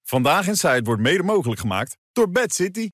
Vandaag Inside wordt mede mogelijk gemaakt door Bad City.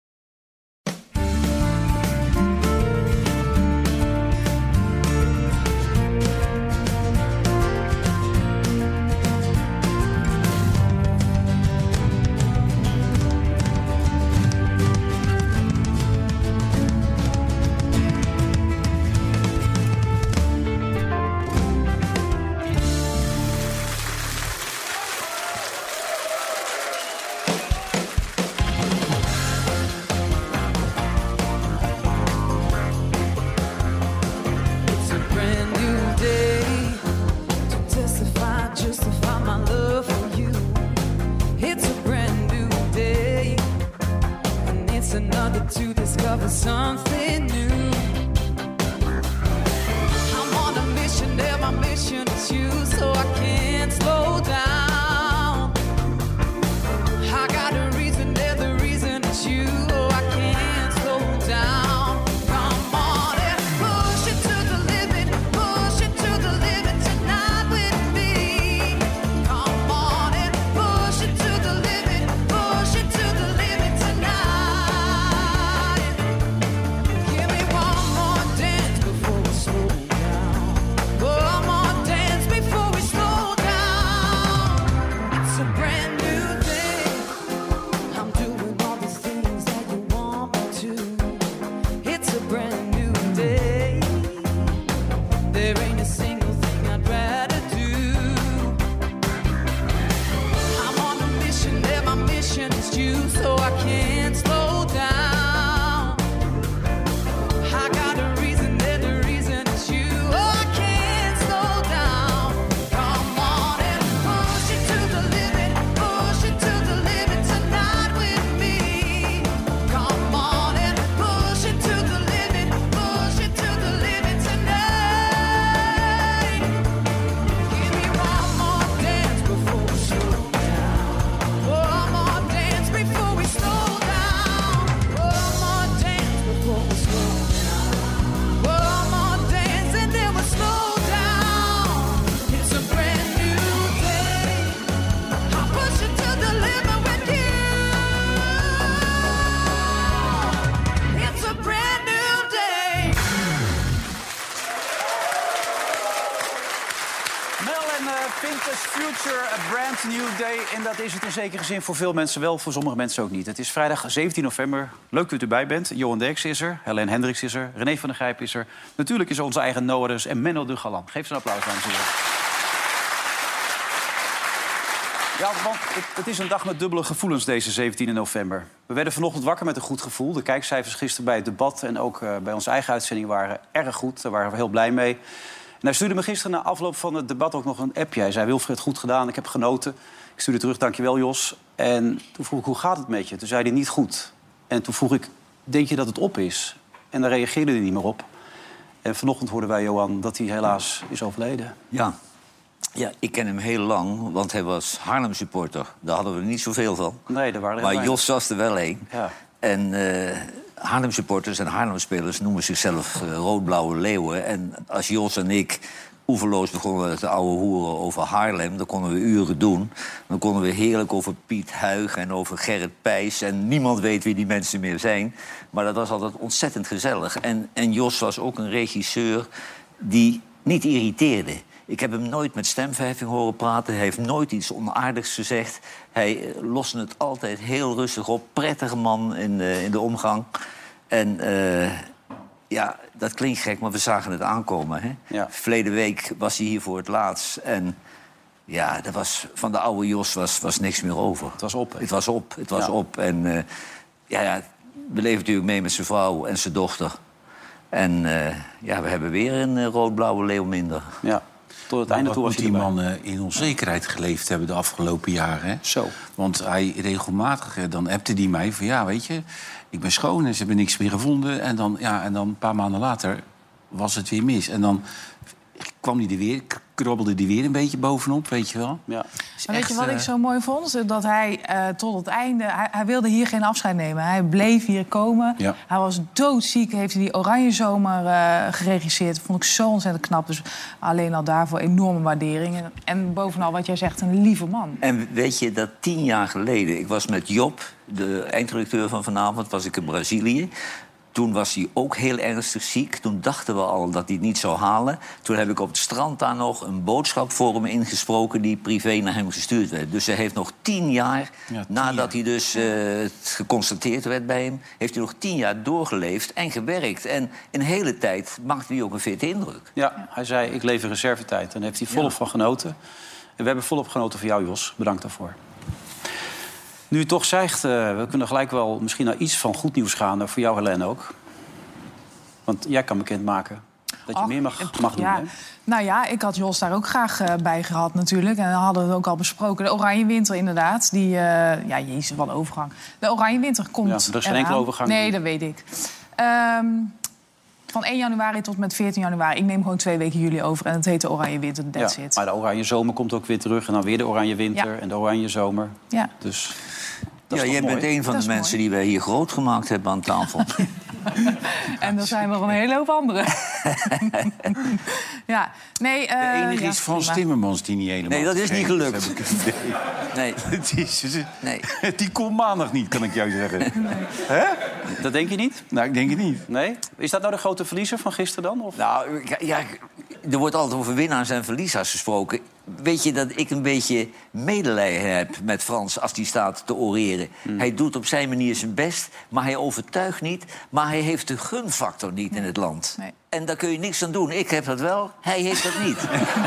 En dat is het in zekere zin voor veel mensen wel, voor sommige mensen ook niet. Het is vrijdag 17 november. Leuk dat u erbij bent. Johan Derksen is er, Helene Hendricks is er, René van der Gijp is er. Natuurlijk is onze eigen Noah en Menno de Galan. Geef ze een applaus, dames en heren. Ja, want het is een dag met dubbele gevoelens deze 17 november. We werden vanochtend wakker met een goed gevoel. De kijkcijfers gisteren bij het debat en ook bij onze eigen uitzending waren erg goed. Daar waren we heel blij mee. En hij stuurde me gisteren na afloop van het debat ook nog een appje. Hij zei, Wilfred, goed gedaan, ik heb genoten. Ik stuurde terug, dankjewel Jos. En toen vroeg ik, hoe gaat het met je? Toen zei hij, niet goed. En toen vroeg ik, denk je dat het op is? En daar reageerde hij niet meer op. En vanochtend hoorden wij Johan dat hij helaas is overleden. Ja, ik ken hem heel lang, want hij was Haarlem-supporter. Daar hadden we niet zoveel van. Nee, daar waren er maar heel Jos was er wel een. Ja. En Haarlem-supporters en Haarlem-spelers noemen zichzelf rood-blauwe leeuwen. En als Jos en ik oeverloos begonnen met de oude hoeren over Haarlem, dan konden we uren doen. Dan konden we heerlijk over Piet Huig en over Gerrit Pijs. En niemand weet wie die mensen meer zijn. Maar dat was altijd ontzettend gezellig. En Jos was ook een regisseur die niet irriteerde. Ik heb hem nooit met stemverheffing horen praten. Hij heeft nooit iets onaardigs gezegd. Hij loste het altijd heel rustig op. Prettige man in de omgang. En ja, dat klinkt gek, maar we zagen het aankomen. Hè? Ja. Verleden week was hij hier voor het laatst. En ja, van de oude Jos was niks meer over. Het was op. Hè? Het was op. En we leven natuurlijk mee met zijn vrouw en zijn dochter. En we hebben weer een rood-blauwe leeuw minder. Ja. Tot het einde toe was die man in onzekerheid geleefd hebben de afgelopen jaren. Hè? Zo. Want hij regelmatig, dan appte hij mij van ja, weet je, ik ben schoon en ze hebben niks meer gevonden. En dan een paar maanden later was het weer mis. En dan krobbelde die weer een beetje bovenop, weet je wel. Ja. Maar weet je wat ik zo mooi vond? Dat hij tot het einde... Hij wilde hier geen afscheid nemen. Hij bleef hier komen. Ja. Hij was doodziek. Heeft hij die Oranje Zomer geregisseerd. Dat vond ik zo ontzettend knap. Dus alleen al daarvoor enorme waardering. En bovenal wat jij zegt, een lieve man. En weet je dat 10 jaar geleden... Ik was met Job, de eindredacteur van vanavond, was ik in Brazilië. Toen was hij ook heel ernstig ziek. Toen dachten we al dat hij het niet zou halen. Toen heb ik op het strand daar nog een boodschap voor hem ingesproken... die privé naar hem gestuurd werd. Dus hij heeft nog 10 jaar, nadat hij dus geconstateerd werd bij hem... heeft hij nog 10 jaar doorgeleefd en gewerkt. En een hele tijd maakte hij ook een fitte indruk. Ja, hij zei, ik leef in reservetijd. En daar heeft hij volop van genoten. En we hebben volop genoten van jou, Jos. Bedankt daarvoor. Nu je toch zegt, we kunnen gelijk wel misschien naar iets van goed nieuws gaan. Voor jou, Helene, ook. Want jij kan bekendmaken dat je meer mag doen, ja. Hè? Nou ja, ik had Jos daar ook graag bij gehad natuurlijk. En dan hadden we het ook al besproken. De Oranje Winter inderdaad. Die, jezus, wat een overgang. De Oranje Winter komt Ja, er is geen enkele overgang. Nee, dat weet ik. Van 1 januari tot met 14 januari. Ik neem gewoon 2 weken juli over. En het heet de Oranje Winter, that's it. Maar de Oranje Zomer komt ook weer terug. En dan weer de Oranje Winter en de Oranje Zomer. Ja. Dus Ja, jij bent een van de mensen die wij hier groot gemaakt hebben aan tafel. En er zijn nog een hele hoop anderen. Ja, nee, De enige is Frans Timmermans die niet helemaal... Nee, dat is niet gelukt. Nee. Nee. Die komt maandag niet, kan ik jou zeggen. Nee. Hè? Dat denk je niet? Nou, ik denk het niet. Nee? Is dat nou de grote verliezer van gisteren dan? Of? Nou, ja, er wordt altijd over winnaars en verliezers gesproken. Weet je dat ik een beetje medelijden heb met Frans als hij staat te oreren? Hij doet op zijn manier zijn best, maar hij overtuigt niet. Maar hij heeft de gunfactor niet in het land. Nee. En daar kun je niks aan doen. Ik heb dat wel, hij heeft dat niet.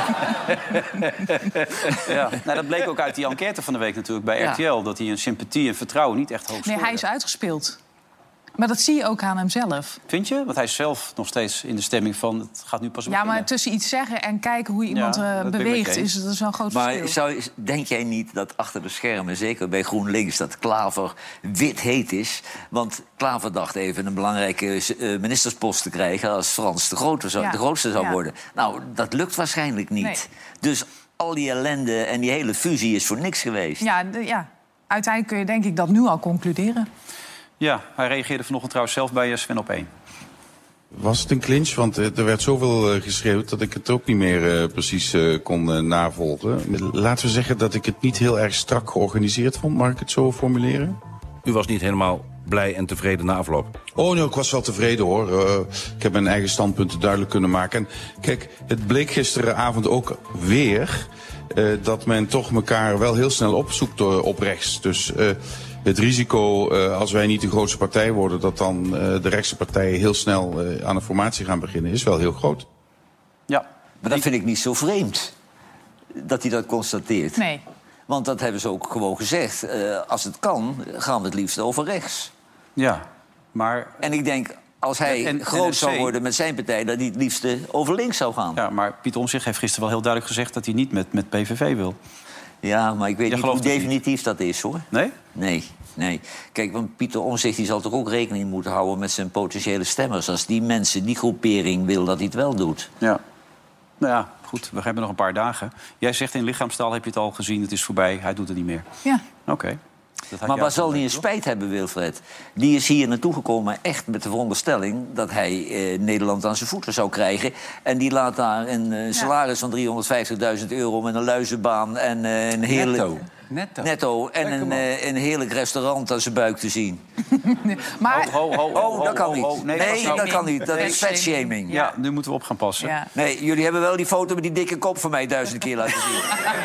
Ja. Nou, dat bleek ook uit die enquête van de week natuurlijk bij RTL. Dat hij een sympathie en vertrouwen niet echt hoog scoorde. Nee, hij is uitgespeeld. Maar dat zie je ook aan hemzelf. Vind je? Want hij is zelf nog steeds in de stemming van... het gaat nu pas beginnen. Ja, maar tussen iets zeggen en kijken hoe iemand dat ben ik met beweegt... je is het zo'n groot Maar verschil. denk jij niet dat achter de schermen, zeker bij GroenLinks... dat Klaver wit heet is? Want Klaver dacht even een belangrijke ministerspost te krijgen... als Frans de grootste zou worden. Nou, dat lukt waarschijnlijk niet. Nee. Dus al die ellende en die hele fusie is voor niks geweest. Ja, uiteindelijk kun je denk ik dat nu al concluderen. Ja, hij reageerde vanochtend trouwens zelf bij Sven op 1. Was het een clinch? Want er werd zoveel geschreeuwd dat ik het ook niet meer precies kon navolgen. Laten we zeggen dat ik het niet heel erg strak georganiseerd vond. Mag ik het zo formuleren? U was niet helemaal blij en tevreden na afloop? Oh nee, ik was wel tevreden hoor. Ik heb mijn eigen standpunten duidelijk kunnen maken. En kijk, het bleek gisteravond ook weer dat men toch elkaar wel heel snel opzoekt op rechts. Dus het risico, als wij niet de grootste partij worden... dat dan de rechtse partijen heel snel aan een formatie gaan beginnen... is wel heel groot. Ja. Maar dat vind ik niet zo vreemd, dat hij dat constateert. Nee. Want dat hebben ze ook gewoon gezegd. Als het kan, gaan we het liefst over rechts. Ja, maar... En ik denk, als hij groot zou worden met zijn partij... dat hij het liefste over links zou gaan. Ja, maar Pieter Omtzigt heeft gisteren wel heel duidelijk gezegd... dat hij niet met PVV wil. Ja, maar ik weet niet hoe definitief dat is, hoor. Nee? Nee. Kijk, want Pieter Omtzigt die zal toch ook rekening moeten houden... met zijn potentiële stemmers. Als die mensen, die groepering wil, dat hij het wel doet. Ja. Nou ja, goed, we hebben nog een paar dagen. Jij zegt in lichaamstaal, heb je het al gezien, het is voorbij. Hij doet het niet meer. Ja. Oké. Maar waar zal hij een spijt hebben, Wilfred? Die is hier naartoe gekomen echt met de veronderstelling... dat hij Nederland aan zijn voeten zou krijgen. En die laat daar een salaris van €350.000... met een luizenbaan en een heerlijk... Netto. En een heerlijk restaurant aan zijn buik te zien. Maar... Dat kan niet. Nee, dat kan niet. Dat is fatshaming. Ja, nu moeten we op gaan passen. Ja. Nee, jullie hebben wel die foto met die dikke kop van mij 1000 keer laten zien.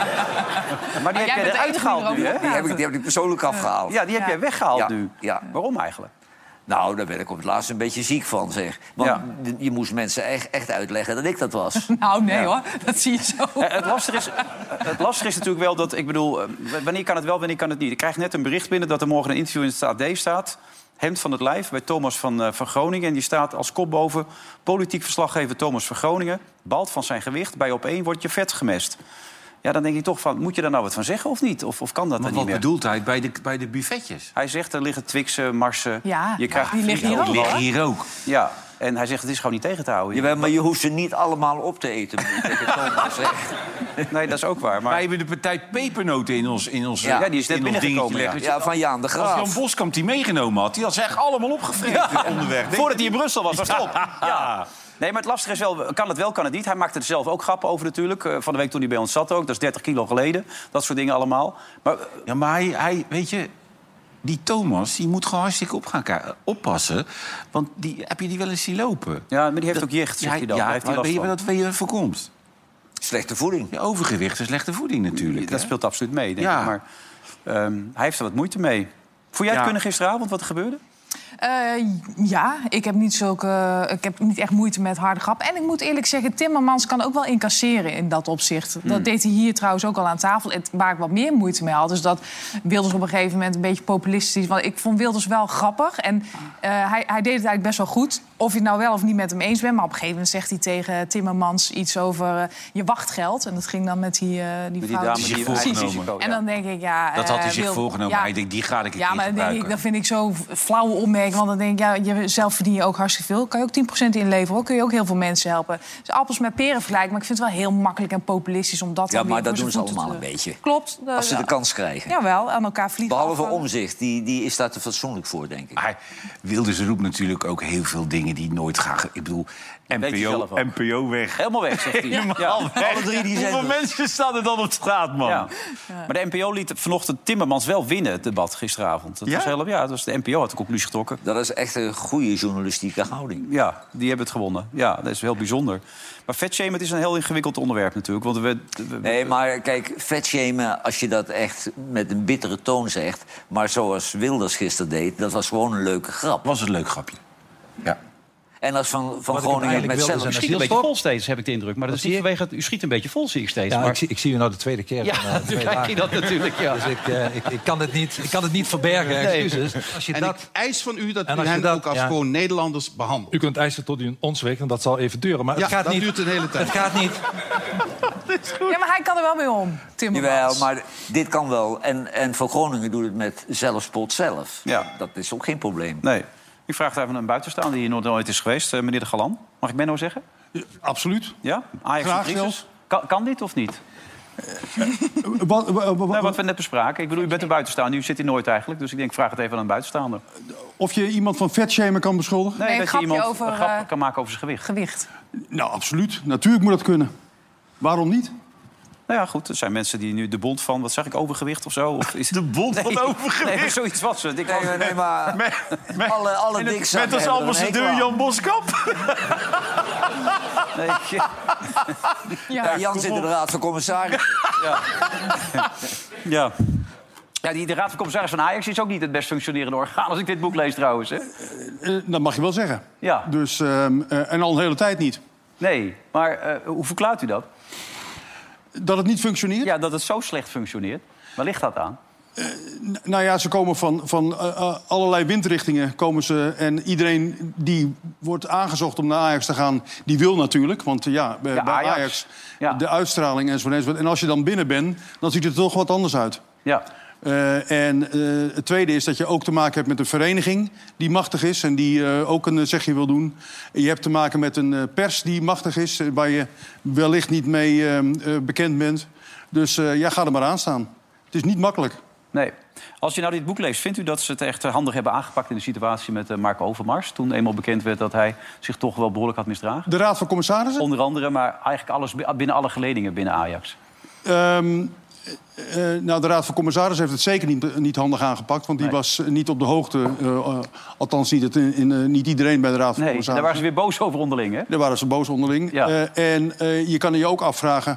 Maar die heb jij eruit gehaald nu, hè? Die heb ik persoonlijk afgehaald. Ja, die heb jij weggehaald nu. Ja. Waarom eigenlijk? Nou, daar ben ik op het laatst een beetje ziek van, zeg. Want je moest mensen echt uitleggen dat ik dat was. Nou, nee hoor, dat zie je zo. Het lastige is natuurlijk wel dat, ik bedoel... wanneer kan het wel, wanneer kan het niet? Ik krijg net een bericht binnen dat er morgen een interview in het AD staat... Hemd van het lijf bij Thomas van Groningen. En die staat als kop boven... Politiek verslaggever Thomas van Groningen... balt van zijn gewicht, bij Op1 wordt je vet gemest. Ja, dan denk ik toch van, moet je daar nou wat van zeggen of niet? Of kan dat dan niet meer? Wat bedoelt hij bij de buffetjes? Hij zegt, er liggen Twixen, Marsen. Ja, je krijgt die liggen hier ook. Die liggen hier ook. Ja. En hij zegt, het is gewoon niet tegen te houden. Jawel, maar je hoeft ze niet allemaal op te eten. Tegen Thomas, Nee, dat is ook waar. Maar Wij hebben de partij pepernoten in ons Ja, die is net binnengekomen, ja. Ja, van Jaan de Als Graaf. Jan Boskamp die meegenomen had, die had ze echt allemaal opgevreten onderweg. Voordat hij in Brussel was het op. Ja. Nee, maar het lastige is wel, kan het niet. Hij maakte er zelf ook grappen over natuurlijk. Van de week toen hij bij ons zat ook, dat is 30 kilo geleden. Dat soort dingen allemaal. Maar Ja, maar hij weet je, die Thomas, die moet gewoon hartstikke oppassen. Want heb je die wel eens zien lopen? ja, maar die heeft ook jicht, zegt hij dan. Daar heeft hij maar last weet je van. wat dat weer voorkomt? Slechte voeding. Ja, overgewicht en slechte voeding natuurlijk. Dat hè? speelt absoluut mee, denk Ja. ik. Maar hij heeft er wat moeite mee. Vond jij het Ja. kunnen gisteravond, wat er gebeurde? Ja, ik heb niet echt moeite met harde grappen. En ik moet eerlijk zeggen, Timmermans kan ook wel incasseren in dat opzicht. Dat deed hij hier trouwens ook al aan tafel. Waar ik wat meer moeite mee had, is dat Wilders op een gegeven moment een beetje populistisch... Want ik vond Wilders wel grappig en hij deed het eigenlijk best wel goed. Of je het nou wel of niet met hem eens bent. Maar op een gegeven moment zegt hij tegen Timmermans iets over je wachtgeld. En dat ging dan met die vrouw. dame zich die voorgenomen. En dan denk ik, ja... Dat had hij zich voorgenomen. ja. Hij denkt, die ga ik een Ja, keer maar dan denk gebruiken. ik, dat vind ik zo flauwe opmerking. Want dan denk ik, ja, zelf verdien je ook hartstikke veel. Kan je ook 10% inleveren, hoor. Kun je ook heel veel mensen helpen. Dus appels met peren vergelijken. Maar ik vind het wel heel makkelijk en populistisch om dat Ja, dan weer maar dat voor doen zijn ze voeten allemaal te- een beetje. Klopt. Als ze de kans krijgen. Jawel, aan elkaar vliegen. Behalve afvallen. Omzicht, die is daar te fatsoenlijk voor, denk ik. Maar Wilders roept natuurlijk ook heel veel dingen die nooit gaan... Ik bedoel, weet je zelf ook. NPO weg. Helemaal weg, zegt hij. Ja. Alle drie die Hoeveel zijn... mensen staan er dan op straat, man? Ja. Maar de NPO liet vanochtend Timmermans wel winnen, het debat gisteravond. Dat Ja? was heel, ja, de NPO had de conclusie getrokken. Dat is echt een goede journalistieke houding. Ja, die hebben het gewonnen. Ja, dat is heel bijzonder. Maar vetshamen, het is een heel ingewikkeld onderwerp natuurlijk. Want Nee, maar kijk, vetshamen, als je dat echt met een bittere toon zegt... maar zoals Wilders gisteren deed, dat was gewoon een leuke grap. Was het een leuk grapje. Ja. En als van ik Groningen eigenlijk met wilde zelf... zijn U schiet een beetje vol steeds, heb ik de indruk. Maar dat is niet vanwege het... U schiet een beetje vol, zie ik steeds. Ja, maar... ik zie u nou de tweede keer. Ja, van, nu twee krijg je dagen. dat natuurlijk, ja. Dus ik kan het niet verbergen, excuses. Als je En dat, ik eis van u dat En u als je hen dat- ook als ja. gewoon Nederlanders behandelt. u kunt eisen tot u een ons weegt en dat zal even duren. Maar Ja, het gaat dat niet. duurt een hele tijd. Het gaat niet. Ja, maar hij kan er wel mee om, Timmermans. Jawel, maar dit kan wel. En voor Groningen doet het met zelfspot zelf. Ja. Dat is ook geen probleem. Nee. Ik vraag het even een buitenstaander die hier nog nooit is geweest. Meneer de Galan. Mag ik Benno zeggen? Absoluut. Ja? Ajax Graag en crisis. Kan dit of niet? Nou, wat we net bespraken. Ik bedoel, u bent een buitenstaander. U zit hier nooit eigenlijk. Dus ik denk, ik vraag het even aan een buitenstaander. Of je iemand van vetshamen kan beschuldigen? Nee, een dat je grapje iemand over, een grap kan maken over zijn gewicht. Gewicht. Nou, absoluut. Natuurlijk moet dat kunnen. Waarom niet? Nou ja, goed. Er zijn mensen die nu de bond van, wat zeg ik, overgewicht of zo? Of is De bond van overgewicht. Nee, zoiets was het. Nee, maar alle dikzakken Met als hebben er een hekel ambassadeur aan. Jan Boskamp. Nee, Ja, Jan zit in de raad van commissarissen. ja. Ja, de Raad van Commissaris van Ajax is ook niet het best functionerende orgaan... als ik dit boek lees trouwens, hè? Dat mag je wel zeggen. Ja. Dus, en al een hele tijd niet. Nee, maar hoe verklaart u dat? Dat het niet functioneert? Ja, dat het zo slecht functioneert. Waar ligt dat aan? Nou ja, ze komen van allerlei windrichtingen. Komen ze, en iedereen die wordt aangezocht om naar Ajax te gaan... die wil natuurlijk, want bij Ajax Ja. de uitstraling enzovoort. En als je dan binnen bent, dan ziet het er toch wat anders uit. Ja. Het tweede is dat je ook te maken hebt met een vereniging die machtig is... en die ook een zegje wil doen. Je hebt te maken met een pers die machtig is... waar je wellicht niet mee bekend bent. Dus ga er maar aan staan. Het is niet makkelijk. Nee. Als je nou dit boek leest, vindt u dat ze het echt handig hebben aangepakt... in de situatie met Marco Overmars? Toen eenmaal bekend werd dat hij zich toch wel behoorlijk had misdragen? De Raad van Commissarissen? Onder andere, maar eigenlijk alles binnen alle geledingen binnen Ajax. Nou, de Raad van Commissarissen heeft het zeker niet handig aangepakt... want die was niet op de hoogte, althans niet iedereen bij de Raad van Nee, Commissarissen. daar waren ze weer boos over onderling, hè? Daar waren ze boos onderling. Ja. Je kan je ook afvragen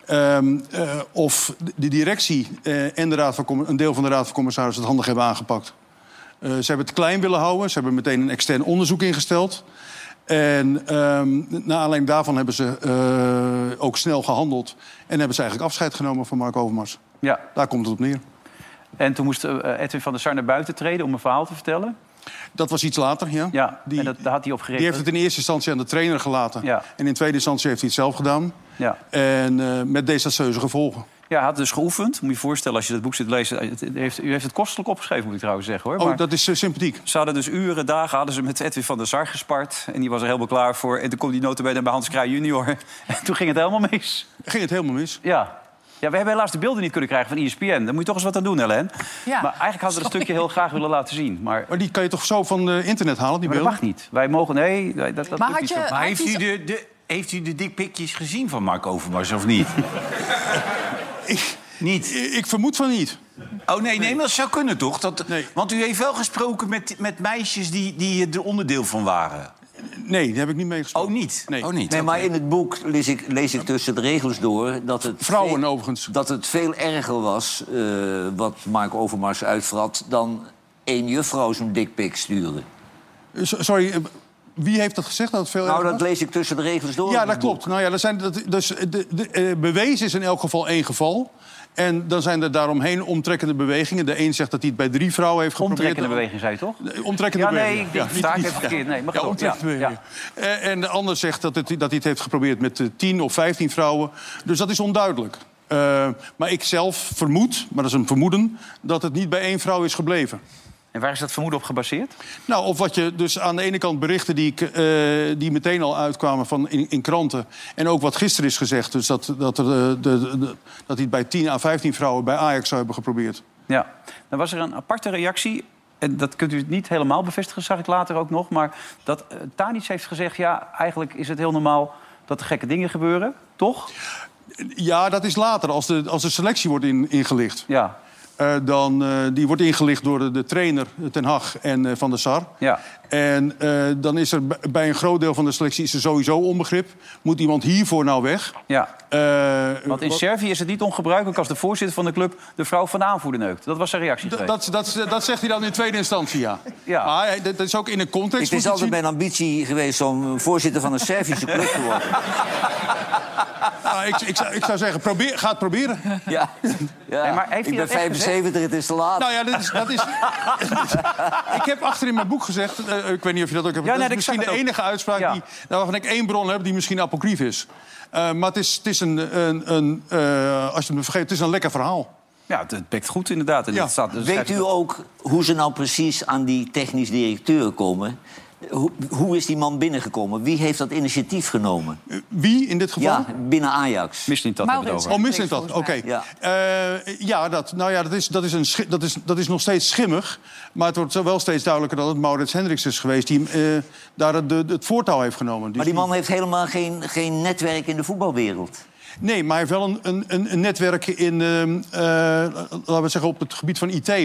of de directie en een deel van de Raad van Commissarissen... het handig hebben aangepakt. Ze hebben het klein willen houden. Ze hebben meteen een extern onderzoek ingesteld. En naar aanleiding daarvan hebben ze ook snel gehandeld... en hebben ze eigenlijk afscheid genomen van Marco Overmars. Ja. Daar komt het op neer. En toen moest Edwin van der Sar naar buiten treden om een verhaal te vertellen. Dat was iets later, ja. Ja, en daar had hij op Die gereageerd. heeft het in eerste instantie aan de trainer gelaten. Ja. En in tweede instantie heeft hij het zelf gedaan. Ja. En met desastreuze gevolgen. Ja, hij had dus geoefend. Moet je je voorstellen, als je dat boek zit te lezen... U heeft het kostelijk opgeschreven, moet ik trouwens zeggen, hoor. Oh, maar dat is sympathiek. ze hadden dus uren, dagen, hadden ze met Edwin van der Sar gespart. En die was er helemaal klaar voor. En toen kwam die nota bene bij Hans Kraaij junior. En toen ging het helemaal mis. Ging het helemaal mis? Ja. Ja, we hebben helaas de beelden niet kunnen krijgen van ESPN. Daar moet je toch eens wat aan doen, Helen. Ja. Maar eigenlijk hadden we dat stukje heel graag willen laten zien. Maar Maar die kan je toch zo van internet halen, die dat beelden? mag niet. Wij mogen... Nee, dat Maar lukt had niet je- zo. Maar heeft u de dikpikjes gezien van Mark Overmars, of niet? Niet? Ik vermoed van niet. Oh, nee, maar dat zou kunnen, toch? Nee. Want u heeft wel gesproken met meisjes die er onderdeel van waren. Nee, die heb ik niet meegesproken. Oh, niet? Nee. Oh, niet. Nee, maar Oké. in het boek lees ik tussen de regels door... dat het Vrouwen overigens. Dat het veel erger was, wat Mark Overmars uitvrat... dan één juffrouw zo'n dikpik sturen. Sorry, wie heeft dat gezegd? Dat het veel Nou, erger dat was? lees ik tussen de regels door. Ja, in dat het boek. klopt. Nou ja, bewezen is in elk geval 1 geval. En dan zijn er daaromheen omtrekkende bewegingen. De een zegt dat hij het bij 3 vrouwen heeft geprobeerd. Omtrekkende beweging, zei je toch? Omtrekkende Ja, nee, beweging. ik denk, niet- versta ik niet- even verkeerd. Nee, mag Ja, ook. omtrekkende Ja, beweging. En de ander zegt dat hij het heeft geprobeerd met 10 of 15 vrouwen. Dus dat is onduidelijk. Maar ik zelf vermoed, maar dat is een vermoeden... dat het niet bij 1 vrouw is gebleven. En waar is dat vermoeden op gebaseerd? Nou, of wat je dus aan de ene kant berichten die meteen al uitkwamen in kranten... en ook wat gisteren is gezegd, dus dat hij het bij 10 à 15 vrouwen bij Ajax zou hebben geprobeerd. Ja. Dan was er een aparte reactie. En dat kunt u niet helemaal bevestigen, zag ik later ook nog. Maar dat Tadic heeft gezegd... ja, eigenlijk is het heel normaal dat er gekke dingen gebeuren. Toch? Ja, dat is later, als de selectie wordt ingelicht. Ja. Die wordt ingelicht door de trainer Ten Hag en Van der Sar. Ja. En dan is er bij een groot deel van de selectie is er sowieso onbegrip. Moet iemand hiervoor nou weg? Ja. Want in Servië is het niet ongebruikelijk als de voorzitter van de club... de vrouw van de aanvoerder neukt. Dat was zijn reactie geweest. Dat zegt hij dan in tweede instantie, ja. Ja. Maar dat is ook in een context... Het is altijd mijn ambitie geweest om voorzitter van een Servische club te worden. Ik zou zeggen, ga het proberen. Ja. Nee, maar heeft hij Ik ben dat echt 75, het is te laat. Nou ja, dat is ik heb achter in mijn boek gezegd... ik weet niet of je dat ook hebt... Ja, nee, dat is misschien de enige uitspraak Ja. waarvan ik 1 bron heb... die misschien apocrief is. Maar het is als je me vergeet, het is een lekker verhaal. Ja, het bekt goed inderdaad. En Ja. dat staat, Weet u ook hoe ze nou precies aan die technisch directeur komen? Hoe is die man binnengekomen? Wie heeft dat initiatief genomen? Wie in dit geval? Ja, binnen Ajax. Mislintat hebben we het Maurits. over. Oh, mislintat, oké. Ja. Dat is nog steeds schimmig. Maar het wordt wel steeds duidelijker dat het Maurits Hendricks is geweest... die daar het voortouw heeft genomen. Dus Maar die man heeft helemaal geen netwerk in de voetbalwereld. Nee, maar hij heeft wel een netwerk in, laten we zeggen, op het gebied van IT.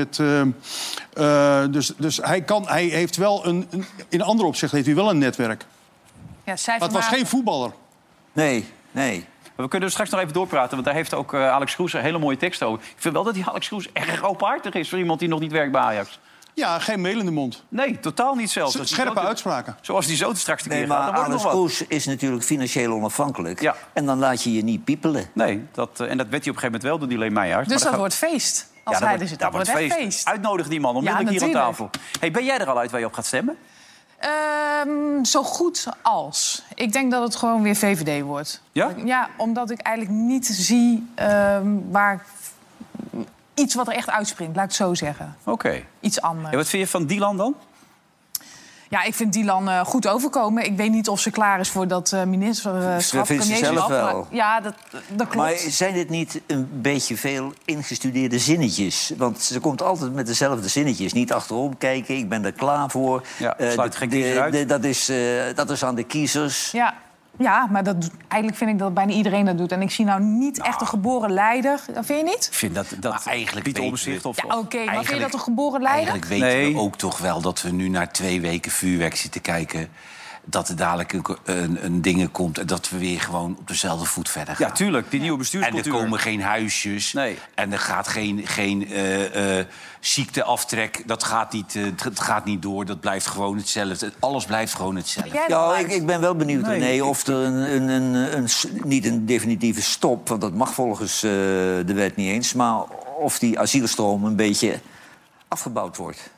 Dus hij heeft wel in andere opzichten heeft hij wel een netwerk. Ja, Maar het was geen voetballer. Nee. We kunnen er straks nog even doorpraten, want daar heeft ook Alex Kroes een hele mooie tekst over. Ik vind wel dat die Alex Kroes erg openhartig is voor iemand die nog niet werkt bij Ajax. Ja, geen melende mond. Nee, totaal niet zelfs. Als die Scherpe zo- uitspraken. Zoals die zo straks te keer Nee, gaat, maar dan wordt het Alex nog wat. Kroes is natuurlijk financieel onafhankelijk. Ja. En dan laat je je niet piepelen. Nee, en dat werd hij op een gegeven moment wel door die Leen Meijer. Dus dat wordt feest. Als hij er zit, dat wordt echt feest. Uitnodig die man onmiddellijk hier aan natuurlijk. tafel. Hey, ben jij er al uit waar je op gaat stemmen? Zo goed als. Ik denk dat het gewoon weer VVD wordt. Ja? Ja, omdat ik eigenlijk niet zie waar iets wat er echt uitspringt, laat ik het zo zeggen. Oké. Iets anders. En wat vind je van Dylan dan? Ja, ik vind Dylan goed overkomen. Ik weet niet of ze klaar is voor dat ministerschap. vindt ze zelf premierschap, wel. maar ja, dat klopt. Maar zijn dit niet een beetje veel ingestudeerde zinnetjes? Want ze komt altijd met dezelfde zinnetjes. Niet achterom kijken, ik ben er klaar voor. Ja, sluit geen kiezer uit. Dat is aan de kiezers. Ja, maar eigenlijk vind ik dat bijna iedereen dat doet. En ik zie nou niet echt een geboren leider. Vind je niet? Ik vind dat Maar eigenlijk Pieter weten Omtzigt we- of... Ja, oké, maar vind je Eigenlijk- dat een geboren leider? Eigenlijk weten Nee. we ook toch wel dat we nu na 2 weken vuurwerk zitten kijken... dat er dadelijk een dingen komt en dat we weer gewoon op dezelfde voet verder gaan. Ja, tuurlijk. Die nieuwe En bestuurscultuur. er komen geen huisjes. Nee. En er gaat geen ziekteaftrek. Dat gaat niet door. Dat blijft gewoon hetzelfde. Alles blijft gewoon hetzelfde. Jij er al Ja, uit? ik ben wel benieuwd, Nee, René, of er niet een definitieve stop... want dat mag volgens de wet niet eens... maar of die asielstroom een beetje afgebouwd wordt.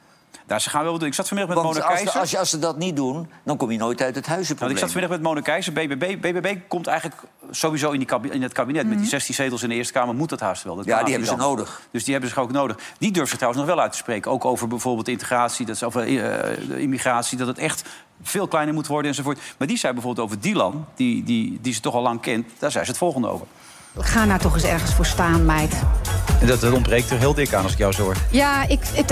Nou, ze gaan wel doen. Ik zat vanmiddag met Mona Keijzer. Als ze dat niet doen, dan kom je nooit uit het huizenprobleem. Ik zat vanmiddag met Mona Keijzer. BBB komt eigenlijk sowieso in het kabinet. Met die 16 zetels in de Eerste Kamer moet dat haast wel. Dat die hebben ze nodig. Dus die hebben ze ook nodig. Die durven ze trouwens nog wel uit te spreken. Ook over bijvoorbeeld integratie, immigratie. Dat het echt veel kleiner moet worden enzovoort. Maar die zei bijvoorbeeld over Dylan, die ze toch al lang kent. Daar zei ze het volgende over. Ga nou toch eens ergens voor staan, meid. En dat ontbreekt er heel dik aan als ik jou zo hoor. Ja,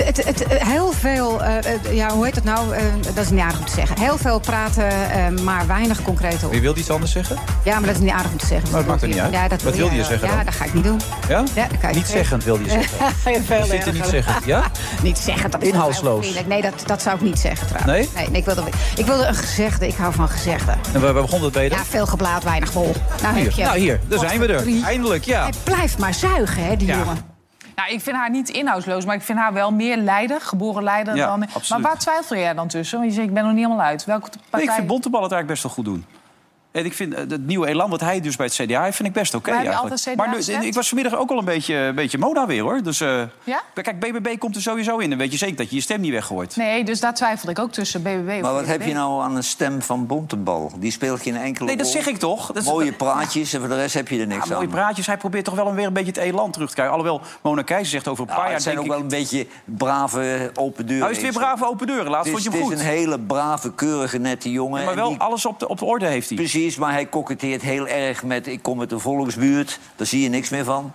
heel veel... hoe heet het nou? Dat is niet aardig om te zeggen. Heel veel praten, maar weinig concreet op. Wie wil iets anders zeggen? Ja, maar dat is niet aardig om te zeggen. Maar dat maakt er niet uit. Ja, Wat wilde je zeggen dan? Ja, dat ga ik niet doen. Ja? Ja, dat kan niet zeggend wilde je zeggen. Veel zit er niet zeggend, ja? Niet zeggend, dat is inhoudsloos. Nee, dat zou ik niet zeggen trouwens. Nee? Nee, ik wilde een gezegde. Ik hou van gezegden. En waar begon dat bij dan? Ja, veel geblaad, weinig wol. Hier, daar zijn we er. Eindelijk, ja. Hij blijft maar zuigen, hè, die jongen. Nou, ik vind haar niet inhoudsloos, maar ik vind haar wel meer leider, geboren leider dan... Absoluut. Maar waar twijfel jij dan tussen? Want je zegt, ik ben nog niet helemaal uit. Welke partij... Nee, ik vind Bontebal het eigenlijk best wel goed doen. En ik vind het nieuwe elan wat hij dus bij het CDA heeft, vind ik best oké eigenlijk. Maar ik was vanmiddag ook al een beetje Mona weer, hoor. Dus ja? Kijk, BBB komt er sowieso in. Dan weet je zeker dat je stem niet weggooit. Nee, dus daar twijfelde ik ook tussen BBB of Maar wat BBB. heb je nou aan een stem van Bontebal? Die speelt geen enkele rol. Nee, dat zeg ik toch. Dat mooie praatjes en voor de rest heb je er niks aan. Mooie praatjes. Hij probeert toch wel weer een beetje het elan terug te krijgen. Alhoewel Mona Keijzer zegt over een paar jaar... Het zijn ook wel een beetje brave open deuren. Nou, is het weer brave open deuren? Laatst vond je hem goed. Het is een hele brave, keurige, nette jongen. Ja, maar wel alles op de orde heeft hij. Precies, maar hij koketteert heel erg met... ik kom uit de volksbuurt, daar zie je niks meer van.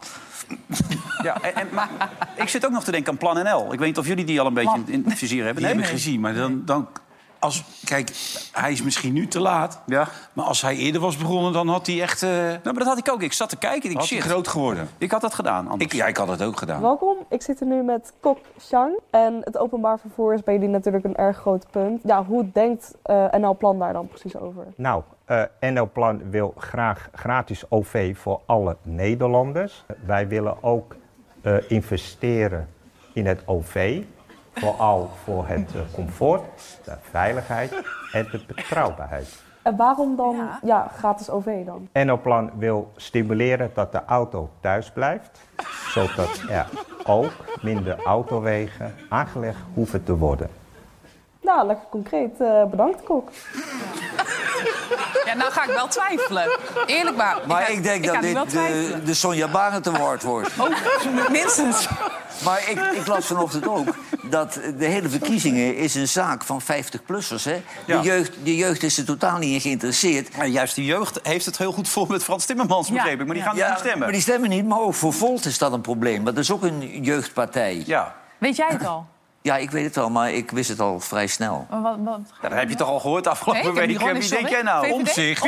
Ja, maar ik zit ook nog te denken aan Plan NL. Ik weet niet of jullie die al een beetje in het vizier hebben. Die hebben gezien, maar dan kijk, hij is misschien nu te laat. Ja. Maar als hij eerder was begonnen, dan had hij echt... Nou, maar dat had ik ook. Ik zat te kijken en had hij groot geworden. Ik had dat gedaan. Ik had het ook gedaan. Welkom, ik zit er nu met Kok Chang. En het openbaar vervoer is bij jullie natuurlijk een erg groot punt. Ja, hoe denkt NL Plan daar dan precies over? Nou, NL Plan wil graag gratis OV voor alle Nederlanders. Wij willen ook investeren in het OV. Vooral voor het comfort, de veiligheid en de betrouwbaarheid. En waarom dan gratis OV dan? NL Plan wil stimuleren dat de auto thuis blijft. Zodat er ook minder autowegen aangelegd hoeven te worden. Nou, lekker concreet. Bedankt, Kok. Ja, nou ga ik wel twijfelen. Eerlijk maar. Maar ik denk dat dit de Sonja Barend Award wordt. Oh, minstens. Maar ik las vanochtend ook dat de hele verkiezingen is een zaak van 50-plussers. Hè? Ja. De jeugd is er totaal niet in geïnteresseerd. Maar juist de jeugd heeft het heel goed voor met Frans Timmermans, begreep ik. Maar die gaan niet stemmen. Maar die stemmen niet, maar ook voor Volt is dat een probleem. Want dat is ook een jeugdpartij. Ja. Weet jij het al? Ja, ik weet het wel, maar ik wist het al vrij snel. Wat? Ja, dat heb je toch al gehoord afgelopen week? Wie denk jij nou? Omtzigt.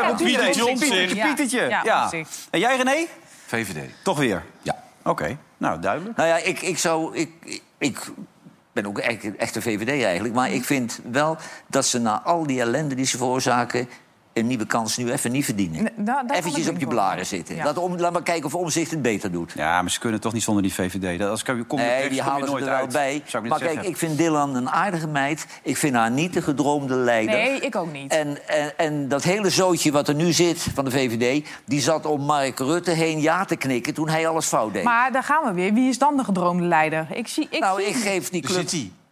Pietertje. Ja. En jij, René? VVD. Toch weer? Ja. Oké, nou duidelijk. Nou ja, ik ben ook echt een VVD eigenlijk. Maar ik vind wel dat ze na al die ellende die ze veroorzaken... een nieuwe kans nu even niet verdienen. Eventjes op je blaren zitten. Ja. Laat maar kijken of Omtzigt het beter doet. Ja, maar ze kunnen toch niet zonder die VVD. Die halen ze er wel bij. Maar kijk, ik vind Dylan een aardige meid. Ik vind haar niet de gedroomde leider. Nee, ik ook niet. En dat hele zootje wat er nu zit van de VVD... die zat om Mark Rutte heen ja te knikken toen hij alles fout deed. Maar daar gaan we weer. Wie is dan de gedroomde leider? Ik geef die club...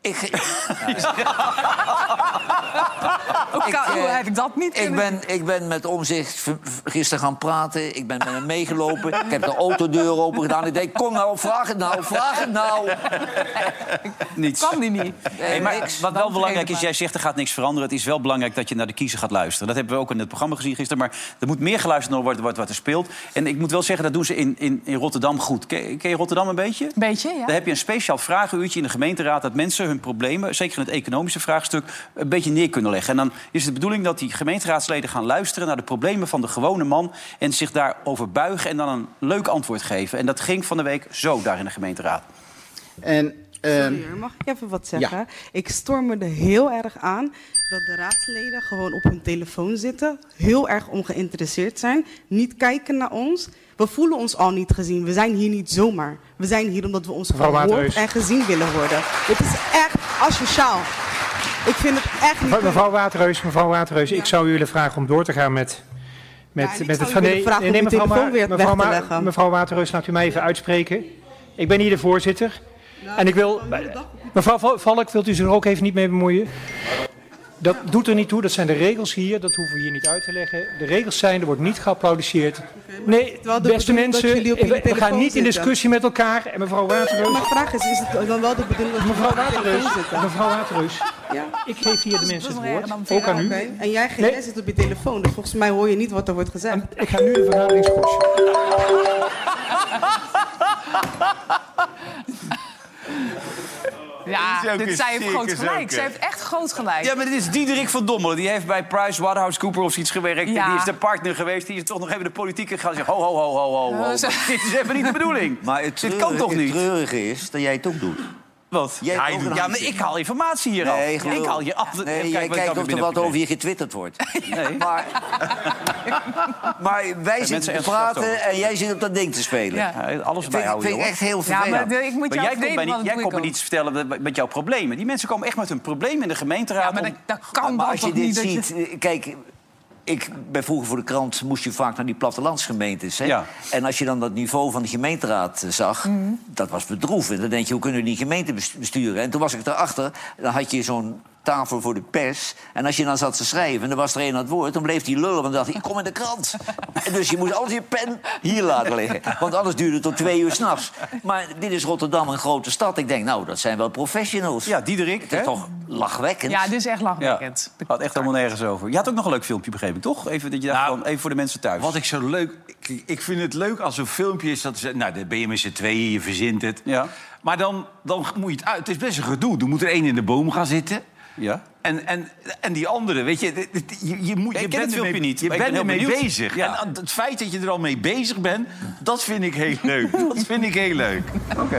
Hoe heb ik dat niet ik ben met Omtzigt gisteren gaan praten. Ik ben met hem meegelopen. Ik heb de autodeur open gedaan. Ik denk, kom nou, vraag het nou. Niets. Kan die niet. Nee, maar wat wel belangrijk is, jij zegt er gaat niks veranderen. Het is wel belangrijk dat je naar de kiezer gaat luisteren. Dat hebben we ook in het programma gezien gisteren. Maar er moet meer geluisterd worden wat er speelt. En ik moet wel zeggen, dat doen ze in Rotterdam goed. Ken je Rotterdam een beetje? Beetje, ja. Daar heb je een speciaal vragenuurtje in de gemeenteraad... dat mensen hun problemen, zeker in het economische vraagstuk... een beetje neer kunnen leggen. En dan is het de bedoeling dat die gemeenteraadsleden gaan luisteren... naar de problemen van de gewone man... en zich daarover buigen en dan een leuk antwoord geven. En dat ging van de week zo daar in de gemeenteraad. Sorry, mag ik even wat zeggen? Ja. Ik storm me er heel erg aan dat de raadsleden gewoon op hun telefoon zitten... heel erg ongeïnteresseerd zijn, niet kijken naar ons... We voelen ons al niet gezien. We zijn hier niet zomaar. We zijn hier omdat we ons gehoord en gezien willen worden. Dit is echt asociaal. Ik vind het echt niet... Mevrouw Waterreus, ja. Ik zou u willen vragen om door te gaan met het van... Mevrouw Waterreus, laat u mij even uitspreken. Ik ben hier de voorzitter. En ik wil... Mevrouw Valk, wilt u zich er ook even niet mee bemoeien? Dat doet er niet toe, dat zijn de regels hier, dat hoeven we hier niet uit te leggen. De regels zijn, er wordt niet geapplaudiseerd. Nee, beste mensen, we gaan niet in discussie met elkaar. En mevrouw Waterreus... Mijn vraag is het dan wel de bedoeling dat mevrouw Waterreus, ik geef hier de mensen het woord, ook aan u. En jij zit op je telefoon, dus volgens mij hoor je niet wat er wordt gezegd. Ik ga nu de vergadering schorsen. Ja, zij heeft groot gelijk. Zij heeft echt groot gelijk. Ja, maar dit is Diederik van Dommelen. Die heeft bij PricewaterhouseCoopers iets gewerkt. Ja. Die is de partner geweest. Die is toch nog even de politiek gegaan en zegt... Ho. Dit is even niet de bedoeling. Maar dit kan toch niet? Het treurige is dat jij het ook doet. Wat? Maar ik haal informatie hier af. Nee, ik haal je af. Nee, jij kijkt of er wat over je getwitterd wordt. Nee. Maar wij zitten te praten en jij zit op dat ding te spelen. Ja, alles bijhouden. Vind ik echt heel vervelend. Ja, jij komt me niet vertellen met jouw problemen. Die mensen komen echt met hun probleem in de gemeenteraad. Ja, maar dat kan maar als je dit niet. Ziet, kijk... Ik ben vroeger voor de krant, moest je vaak naar die plattelandsgemeentes. Hè? Ja. En als je dan dat niveau van de gemeenteraad zag, dat was bedroevend. Dan denk je, hoe kunnen we die gemeente besturen? En toen was ik erachter, dan had je zo'n tafel voor de pers. En als je dan zat te schrijven en er was er een aan het woord... dan bleef hij lullen, want dan dacht hij, ik kom in de krant. En dus je moest altijd je pen hier laten liggen. Want anders duurde het tot 2 uur 's nachts. Maar dit is Rotterdam, een grote stad. Ik denk, nou, dat zijn wel professionals. Ja, Diederik. Het is toch lachwekkend. Ja, dit is echt lachwekkend. Ja, had echt helemaal nergens over. Je had ook nog een leuk filmpje, begrepen, toch? Even, dat je dacht, van, even voor de mensen thuis. Wat ik zo leuk... Ik vind het leuk als een filmpje is dat... Nou, dan ben je met z'n tweeën, je verzint het. Ja. Maar dan moet je het uit. Het is best een gedoe. Er moet er één in de boom gaan zitten... Ja. En die andere, weet je, je bent ermee niet. Je bent ermee bezig. Ja. En het feit dat je er al mee bezig bent, dat vind ik heel leuk. Dat vind ik heel leuk. Oké.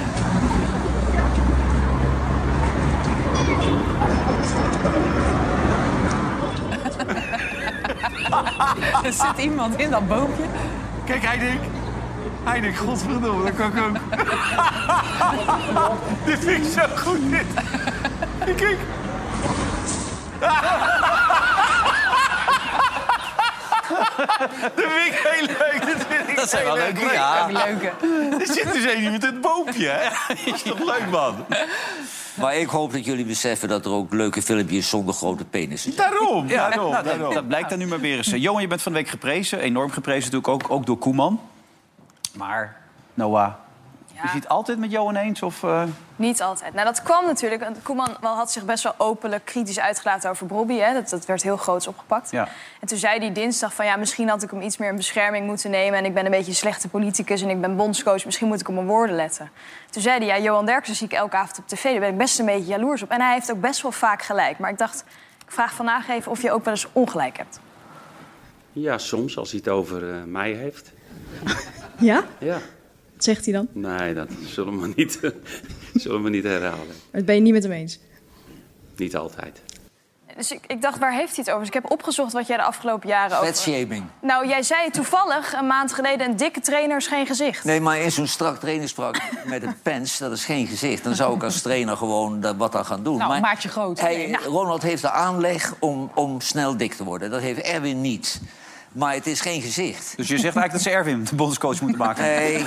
Er zit iemand in dat boompje. Kijk, hij denkt, godverdomme, dat kan ik ook. Dit vind ik zo goed, dit. Kijk. Dat vind ik heel leuk. Dat zijn wel leuke, ja. Er zit dus één met het boompje, hè? Dat is toch leuk, man? Maar ik hoop dat jullie beseffen dat er ook leuke filmpjes zonder grote penissen zijn. Daarom. Dat blijkt dan nu maar weer eens. Johan, je bent van de week geprezen. Enorm geprezen natuurlijk, ook door Koeman. Maar, Noah, is je het altijd met Johan eens? Of, Niet altijd. Nou, dat kwam natuurlijk. Koeman had zich best wel openlijk kritisch uitgelaten over Bobby. Hè. Dat werd heel groots opgepakt. Ja. En toen zei hij dinsdag van... ja, misschien had ik hem iets meer in bescherming moeten nemen... en ik ben een beetje een slechte politicus en ik ben bondscoach... misschien moet ik op mijn woorden letten. Toen zei hij, ja, Johan Derksen zie ik elke avond op tv... daar ben ik best een beetje jaloers op. En hij heeft ook best wel vaak gelijk. Maar ik dacht, ik vraag vandaag even of je ook wel eens ongelijk hebt. Ja, soms, als hij het over mij heeft. Ja? Ja. Wat zegt hij dan? Nee, dat zullen we niet herhalen. Dat ben je niet met hem eens? Niet altijd. Dus ik dacht, waar heeft hij het over? Dus ik heb opgezocht wat jij de afgelopen jaren over... Vetshaming. Nou, jij zei toevallig een maand geleden... een dikke trainer is geen gezicht. Nee, maar in zo'n strak trainingspak met een pens, dat is geen gezicht. Dan zou ik als trainer gewoon wat aan gaan doen. Nou, maar maak je groot. Ronald heeft de aanleg om snel dik te worden. Dat heeft Erwin niet. Maar het is geen gezicht. Dus je zegt eigenlijk dat ze Erwin de bondscoach moeten maken?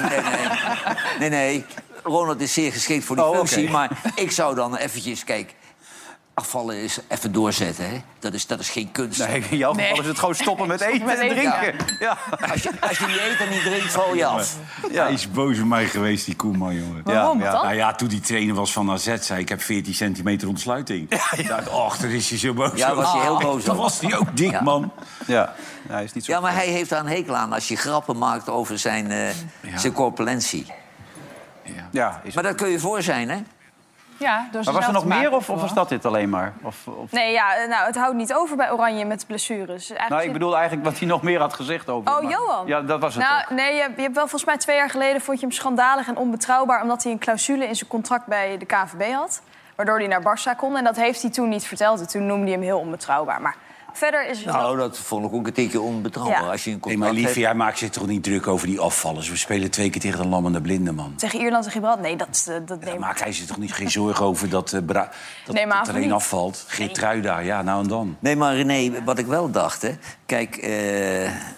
Nee. Ronald is zeer geschikt voor die functie. Okay. Maar ik zou dan eventjes, kijk... afvallen is even doorzetten, hè? Dat is geen kunst. Nee, in jouw geval is het gewoon stoppen met eten en drinken. Ja. Als je niet eet en niet drinkt, val je af. Ja. Hij is boos op mij geweest, die Koeman, jongen. Waarom dan? Nou ja, toen die trainer was van AZ, zei ik heb 14 centimeter ontsluiting. Ik dacht, och, daar is hij zo boos. Ja, was hij heel boos. Dan was hij ook dik, man. Ja. Hij is niet zo maar hij heeft daar een hekel aan als je grappen maakt over zijn corpulentie. Ja, maar daar kun je voor zijn, hè? Ja, maar was er nog meer of was dat dit alleen maar? Of... Nee, nou, het houdt niet over bij Oranje met blessures. Nou, ik bedoel eigenlijk wat hij nog meer had gezegd over. Oh, Johan? Ja, dat was het. Nou, nee, je hebt wel volgens mij 2 jaar geleden... vond je hem schandalig en onbetrouwbaar... omdat hij een clausule in zijn contract bij de KNVB had. Waardoor hij naar Barça kon. En dat heeft hij toen niet verteld. En toen noemde hij hem heel onbetrouwbaar. Maar verder is het... Nou, dat vond ik ook een tikje onbetrouwbaar. Ja. Als je een contract maar liefje, jij maakt zich toch niet druk over die afvallers? We spelen 2 keer tegen een lammende blinde man. Tegen Ierland en Gibraltar? Nee, dat daar maakt hij zich toch niet geen zorgen over dat er een afvalt? Geertruida, ja, nou en dan. Nee, maar René, wat ik wel dacht, hè. Kijk,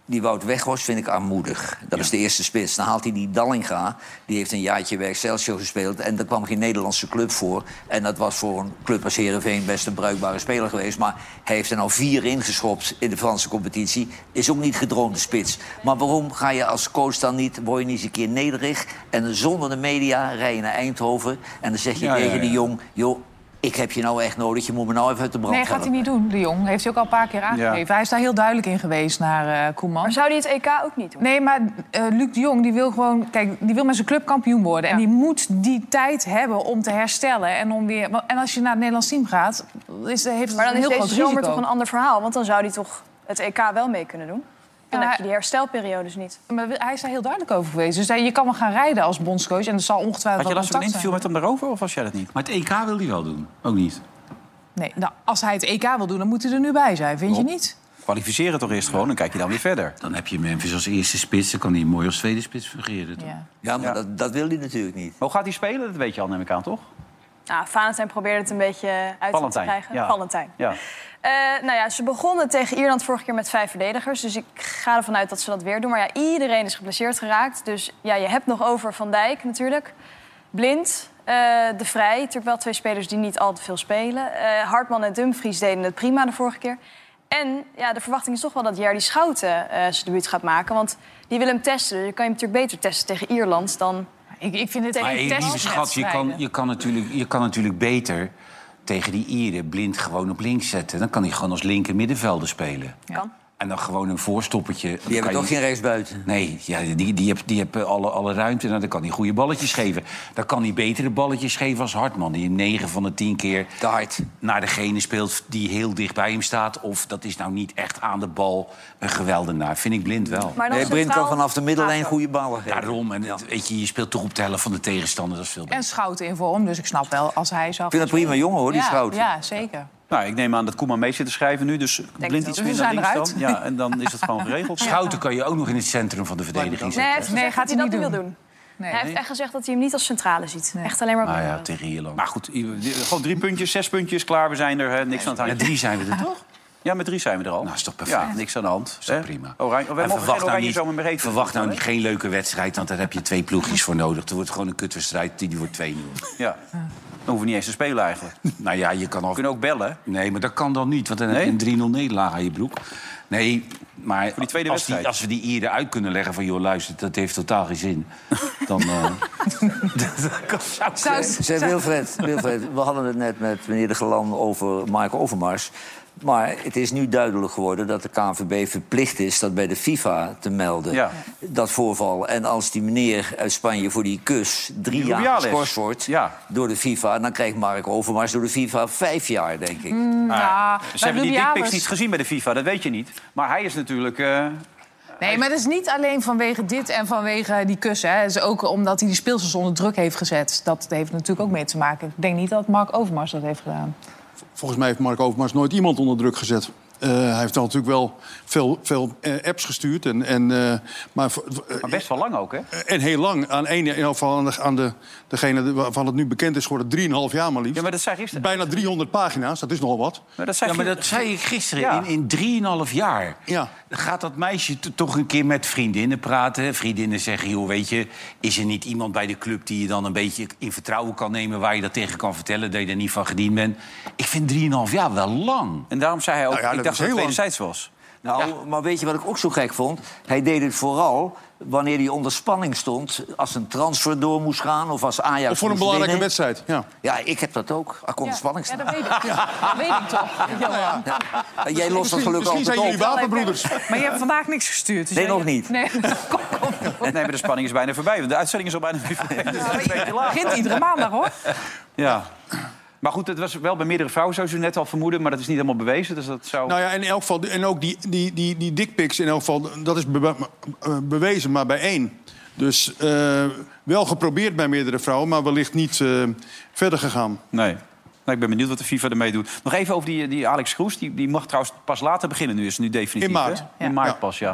Die Wout Weghorst vind ik armoedig. Dat is de eerste spits. Dan haalt hij die Dallinga. Die heeft een jaartje bij Excelsior gespeeld. En daar kwam geen Nederlandse club voor. En dat was voor een club als Heerenveen best een bruikbare speler geweest. Maar hij heeft er nou 4 ingeschopt in de Franse competitie. Is ook niet gedroomde spits. Maar waarom ga je als coach dan niet... word je niet eens een keer nederig... en zonder de media rij je naar Eindhoven... en dan zeg je tegen die jong... joh, ik heb je nou echt nodig, je moet me nou even uit de brand helpen. Nee, gaat hij niet doen, de Jong. Heeft hij ook al een paar keer aangegeven. Ja. Hij is daar heel duidelijk in geweest naar Koeman. Maar zou hij het EK ook niet doen? Nee, maar Luc de Jong die wil gewoon... Kijk, die wil met zijn club kampioen worden. Ja. En die moet die tijd hebben om te herstellen. En, om weer, en als je naar het Nederlands team gaat... heeft het maar dan een heel groot deze zomer risico. toch een ander verhaal. Want dan zou hij toch het EK wel mee kunnen doen. Dan heb je die herstelperiodes niet. Maar hij is daar heel duidelijk over geweest. Dus je kan wel gaan rijden als bondscoach. En dat zal ongetwijfeld... Had je last van een interview met hem daarover of was jij dat niet? Maar het EK wil hij wel doen. Ook niet. Nee, nou, als hij het EK wil doen, dan moet hij er nu bij zijn. Vind je niet? Kwalificeren toch eerst gewoon, dan kijk je dan weer verder. Dan heb je Memphis als eerste spits, dan kan hij mooi als tweede spits fungeren. Ja, maar dat wil hij natuurlijk niet. Maar hoe gaat hij spelen? Dat weet je al, neem ik aan, toch? Nou, Valentijn probeerde het een beetje uit te krijgen. Ja. Valentijn. Ja. Nou ja, ze begonnen tegen Ierland vorige keer met 5 verdedigers. Dus ik ga ervan uit dat ze dat weer doen. Maar ja, iedereen is geblesseerd geraakt. Dus ja, je hebt nog over Van Dijk natuurlijk. Blind, De Vrij. Natuurlijk wel 2 spelers die niet al te veel spelen. Hartman en Dumfries deden het prima de vorige keer. En ja, de verwachting is toch wel dat Jerdy Schouten zijn debuut gaat maken. Want die wil hem testen. Dus je kan je natuurlijk beter testen tegen Ierland dan... Ik vind het een testschat. Je kan natuurlijk beter tegen die Ieren Blind gewoon op links zetten. Dan kan hij gewoon als linker middenvelder spelen. Kan. En dan gewoon een voorstoppertje. Die hebben toch geen rechtsbuiten? Nee, ja, die heeft alle ruimte. En dan kan hij goede balletjes geven. Dan kan hij betere balletjes geven als Hartman. Die 9 van de 10 keer te hard naar degene speelt die heel dicht bij hem staat. Of dat is nou niet echt aan de bal een geweldenaar. Vind ik Blind wel. Nee, Blind kan vanaf de middellijn goede ballen geven. Daarom. En weet je speelt toch op de helft van de tegenstander. Dat is veel beter. En Schouten in vorm, dus ik snap wel als hij zou... Ik vind dat prima jongen hoor, die Schouten. Ja, zeker. Nou, ik neem aan dat Koeman mee zit te schrijven nu. Dus Blind iets meer naar links dan. Ja, en dan is het gewoon geregeld. Schouten kan je ook nog in het centrum van de verdediging zetten. Nee, gaat hij dat niet doen. Nee. Hij heeft echt gezegd dat hij hem niet als centrale ziet. Nee. Echt alleen maar... Nou ja, tegen Ierland. Maar goed, gewoon 3 puntjes, 6 puntjes, klaar. We zijn er, niks aan het hangen. Ja, 3 zijn we er toch? Ja, met 3 zijn we er al. Nou, is toch perfect. Ja, niks aan de hand. Is toch prima. Verwacht nou niet geen leuke wedstrijd, want daar heb je 2 ploegjes voor nodig. Het wordt gewoon een kutwedstrijd, die wordt 2-0. Ja. Dan hoeven we niet eens te spelen eigenlijk. Nou ja, je kan kunnen ook bellen. Nee, maar dat kan dan niet, want dan heb je een 3-0 nederlaag aan je broek. Nee, maar voor die tweede wedstrijd. Als we die Ieren uit kunnen leggen van... joh, luister, dat heeft totaal geen zin. Dan... Wilfred, we hadden het net met meneer De Gelan over Mark Overmars. Maar het is nu duidelijk geworden dat de KNVB verplicht is... dat bij de FIFA te melden, dat voorval. En als die meneer uit Spanje voor die kus 3 jaar geschorst wordt... door de FIFA, dan krijgt Mark Overmars door de FIFA 5 jaar, denk ik. Ze hebben die dickpics niet gezien bij de FIFA, dat weet je niet. Maar hij is natuurlijk... Nee, maar dat is niet alleen vanwege dit en vanwege die kussen. Het is ook omdat hij die speelsters onder druk heeft gezet. Dat heeft natuurlijk ook mee te maken. Ik denk niet dat Mark Overmars dat heeft gedaan. Volgens mij heeft Mark Overmars nooit iemand onder druk gezet. Hij heeft dan natuurlijk wel veel apps gestuurd. Maar best wel lang ook, hè? En heel lang. Aan degene waarvan het nu bekend is geworden, 3,5 jaar maar liefst. Ja, maar dat zei gisteren. Bijna 300 pagina's, dat is nogal wat. Maar dat zei ik gisteren. In 3,5 jaar gaat dat meisje toch een keer met vriendinnen praten. Vriendinnen zeggen, joh, weet je... is er niet iemand bij de club die je dan een beetje in vertrouwen kan nemen... waar je dat tegen kan vertellen, dat je er niet van gediend bent? Ik vind 3,5 jaar wel lang. En daarom zei hij ook... ik dacht dat het wederzijds was. Nou, maar weet je wat ik ook zo gek vond? Hij deed het vooral wanneer hij onder spanning stond... als een transfer door moest gaan of als Ajax of voor een belangrijke wedstrijd, Ja, ik heb dat ook. Ik onder spanning staan. Ja, dat weet ik. Dat weet ik toch. Jij lost dat gelukkig altijd op. Misschien zijn jullie wapenbroeders. Maar je hebt vandaag niks gestuurd. Dus nee, nog niet. Nee, maar de spanning is bijna voorbij. Want de uitzending is al bijna voorbij. Het begint iedere maandag, hoor. Ja. Maar goed, het was wel bij meerdere vrouwen, zoals u net al vermoedde... maar dat is niet helemaal bewezen, dus dat zou... Nou ja, in elk geval, en ook die dickpics in elk geval... dat is bewezen, maar bij 1. Dus wel geprobeerd bij meerdere vrouwen... maar wellicht niet verder gegaan. Nee. Nou, ik ben benieuwd wat de FIFA ermee doet. Nog even over die Alex Kroes. Die mag trouwens pas later beginnen nu. Is nu definitief. In maart. In maart pas, ja.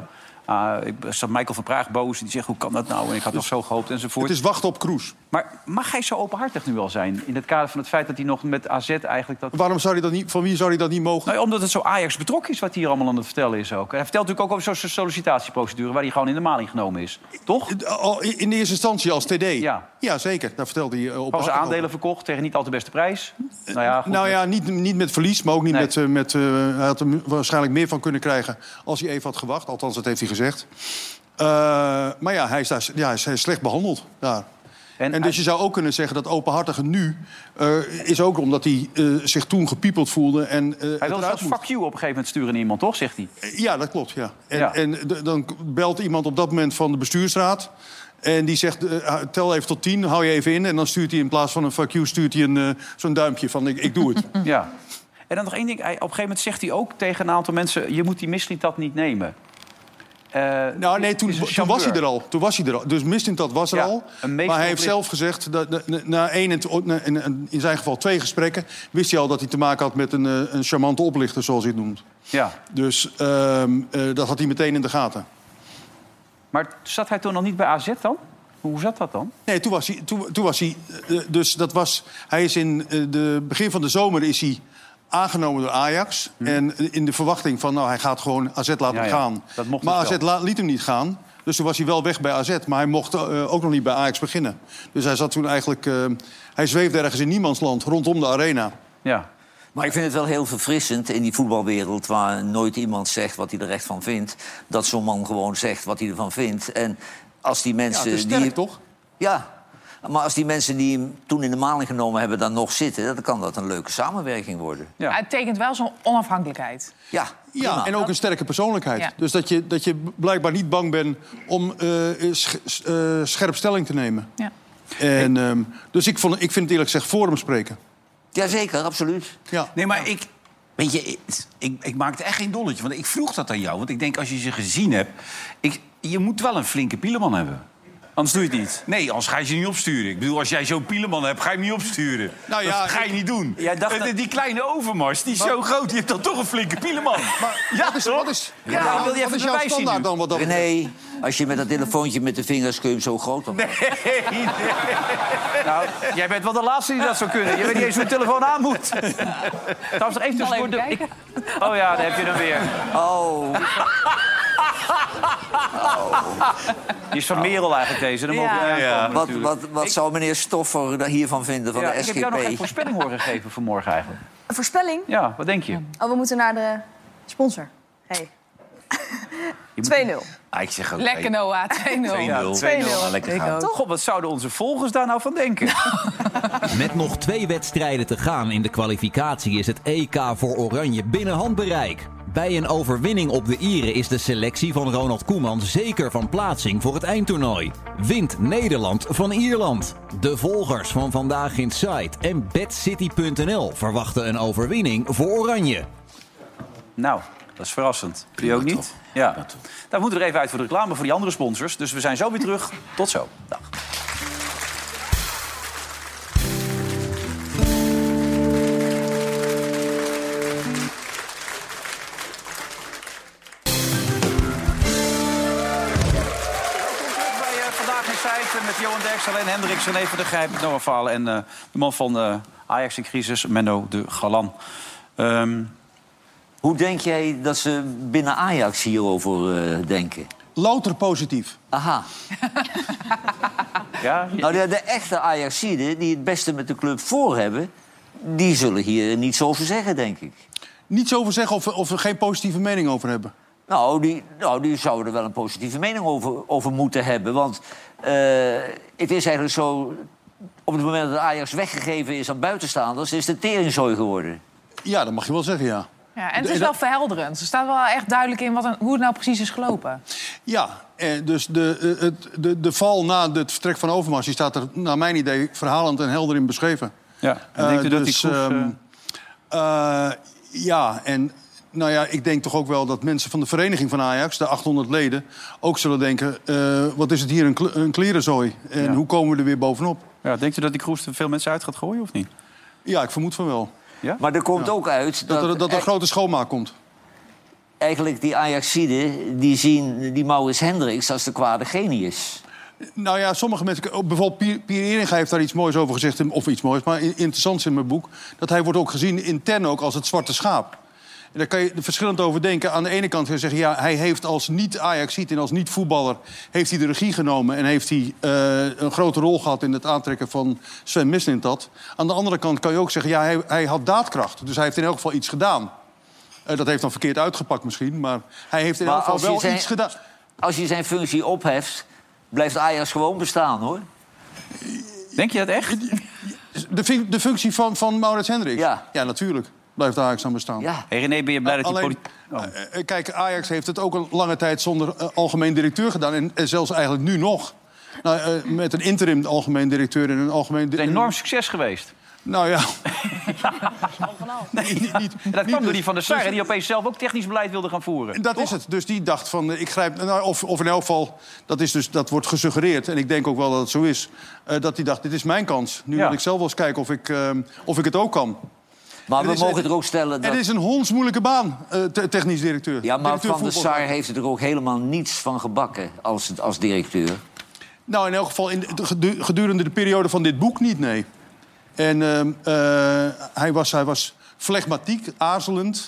Ik zat Michael van Praag boos. Die zegt, hoe kan dat nou? En ik had nog zo gehoopt enzovoort. Het is wachten op Kroes. Maar mag hij zo openhartig nu al zijn? In het kader van het feit dat hij nog met AZ eigenlijk... Waarom zou hij dat niet, van wie zou hij dat niet mogen? Nou, omdat het zo Ajax betrokken is wat hij hier allemaal aan het vertellen is ook. Hij vertelt natuurlijk ook over zo'n sollicitatieprocedure... waar hij gewoon in de maling genomen is. Toch? In de eerste instantie als TD? Ja, zeker. Daar vertelde hij op. Gewoon zijn aandelen verkocht tegen niet al te beste prijs. Nou ja, niet met verlies, maar ook niet met... hij had er waarschijnlijk meer van kunnen krijgen als hij even had gewacht. Althans, dat heeft hij gezegd. Maar ja, hij is slecht behandeld daar. En dus je zou ook kunnen zeggen dat openhartige nu... is ook omdat hij zich toen gepiepeld voelde. En, hij wilde zelfs fuck you op een gegeven moment sturen naar iemand, toch? Zegt hij. Ja, dat klopt, ja. En dan belt iemand op dat moment van de bestuursraad... En die zegt, tel even tot 10, hou je even in. En dan stuurt hij in plaats van een fuck you, stuurt hij zo'n duimpje van ik doe het. Ja. En dan nog één ding. Op een gegeven moment zegt hij ook tegen een aantal mensen... je moet die Mislintat niet nemen. Toen was hij er al. Dus Mislintat was er al. Maar hij heeft zelf gezegd, na in zijn geval 2 gesprekken... wist hij al dat hij te maken had met een charmante oplichter, zoals hij het noemt. Ja. Dus dat had hij meteen in de gaten. Maar zat hij toen nog niet bij AZ dan? Hoe zat dat dan? Nee, toen was hij... Dus dat was... Hij is in de begin van de zomer is hij aangenomen door Ajax. En in de verwachting van, hij gaat gewoon AZ laten gaan. Maar AZ liet hem niet gaan. Dus toen was hij wel weg bij AZ. Maar hij mocht ook nog niet bij Ajax beginnen. Dus hij zat toen eigenlijk... hij zweefde ergens in niemandsland rondom de arena. Ja. Maar ik vind het wel heel verfrissend in die voetbalwereld... waar nooit iemand zegt wat hij er echt van vindt... dat zo'n man gewoon zegt wat hij ervan vindt. En als die mensen... Ja, het is sterk, toch? Ja, maar als die mensen die hem toen in de maling genomen hebben... dan nog zitten, dan kan dat een leuke samenwerking worden. Ja. Het tekent wel zo'n onafhankelijkheid. Ja, en ook een sterke persoonlijkheid. Ja. Dus dat je blijkbaar niet bang bent om scherp stelling te nemen. Ja. En, dus ik vind het eerlijk gezegd voor hem spreken. Jazeker, absoluut. Ja. Nee, maar ik maak het echt geen dolletje. Want ik vroeg dat aan jou. Want ik denk, als je ze gezien hebt... je moet wel een flinke pieleman hebben. Anders doe je het niet. Nee, anders ga je ze niet opsturen. Ik bedoel, als jij zo'n pieleman hebt, ga je hem niet opsturen. Dat ga je niet doen. Die kleine Overmars, die is zo groot, die heeft dan toch een flinke pieleman. Wat is jouw standaard dan? Nee, als je met dat telefoontje met de vingers kun je hem zo groot op. Nee. Nou, jij bent wel de laatste die dat zou kunnen. Je weet niet eens hoe de telefoon aan moet. Trouwens, nog even tussendoor. Oh ja, daar heb je hem weer. Oh. Die is van Merel eigenlijk deze. Dan mogen we wat zou meneer Stoffer hiervan vinden van de SGP? Ik heb jou nog geen voorspelling horen geven vanmorgen eigenlijk. Een voorspelling? Ja, wat denk je? Oh, we moeten naar de sponsor. Hey. 2-0. Ik zeg ook lekker Noah, 2-0. 2-0. Lekker gaan. God, wat zouden onze volgers daar nou van denken? Met nog 2 wedstrijden te gaan in de kwalificatie is het EK voor Oranje binnen handbereik. Bij een overwinning op de Ieren is de selectie van Ronald Koeman zeker van plaatsing voor het eindtoernooi. Wint Nederland van Ierland. De volgers van Vandaag in Sight en BadCity.nl verwachten een overwinning voor Oranje. Nou, dat is verrassend. Doe je ook niet? Ja. Daar moeten we er even uit voor de reclame voor die andere sponsors. Dus we zijn zo weer terug. Tot zo. Dag. Met Johan Derksen, Leen Hendricks, René van der Grijp, Noah Falen en de man van Ajax in crisis, Menno de Galan. Hoe denk jij dat ze binnen Ajax hierover denken? Louter positief. Aha. Nou, de echte Ajaxiden die het beste met de club voor hebben... die zullen hier niets over zeggen, denk ik. Niets over zeggen of er geen positieve mening over hebben? Nou, die zouden er wel een positieve mening over moeten hebben. Want het is eigenlijk zo... op het moment dat Ajax weggegeven is aan buitenstaanders... is de teringzooi geworden. Ja, dat mag je wel zeggen, ja. Ja, en het is wel verhelderend. Er staat wel echt duidelijk in hoe het nou precies is gelopen. Ja, dus de val na het vertrek van Overmars... die staat er, naar mijn idee, verhalend en helder in beschreven. Ja, en denkt u dat die Kroes... ja, en... Nou ja, ik denk toch ook wel dat mensen van de vereniging van Ajax... de 800 leden, ook zullen denken... wat is het hier een klerenzooi? En hoe komen we er weer bovenop? Ja, denkt u dat die Kroes er veel mensen uit gaat gooien, of niet? Ja, ik vermoed van wel. Ja? Maar er komt ook uit... Dat er grote schoonmaak komt. eigenlijk die Ajaxiden, die zien die Maurits Hendricks als de kwade genius. Nou ja, sommige mensen... Bijvoorbeeld Pier Eringa heeft daar iets moois over gezegd. Of iets moois, maar interessants in mijn boek. Dat hij wordt ook gezien intern ook als het zwarte schaap. En daar kan je er verschillend over denken. Aan de ene kant kun je zeggen... ja, hij heeft als niet-Ajaxiet en als niet-voetballer... heeft hij de regie genomen en heeft hij een grote rol gehad... in het aantrekken van Sven Mislintat. Aan de andere kant kan je ook zeggen... ja, hij had daadkracht. Dus hij heeft in elk geval iets gedaan. Dat heeft dan verkeerd uitgepakt misschien. Maar hij heeft in elk geval wel iets gedaan. Als je zijn functie opheft... blijft Ajax gewoon bestaan, hoor. Denk je dat echt? De functie van Maurits Hendricks? Ja, natuurlijk. Blijft Ajax dan bestaan. Ja. Hey René, ben je blij dat die kijk, Ajax heeft het ook een lange tijd zonder algemeen directeur gedaan. En zelfs eigenlijk nu nog. Met een interim algemeen directeur en een algemeen... Het is een enorm succes geweest. Nou ja. Nee, dat kwam door die Van der Sar, die opeens zelf ook technisch beleid wilde gaan voeren. Dat is het. Dus die dacht van, ik grijp... of in elk geval, dat wordt gesuggereerd... en ik denk ook wel dat het zo is... dat hij dacht, dit is mijn kans. Nu moet ik zelf wel eens kijken of ik het ook kan. Maar we mogen er ook stellen dat... Het is een hondsmoeilijke baan, technisch directeur. Ja, maar Van der Sar heeft er ook helemaal niets van gebakken als directeur. Nou, in elk geval gedurende de periode van dit boek niet, nee. En hij was flegmatiek, aarzelend.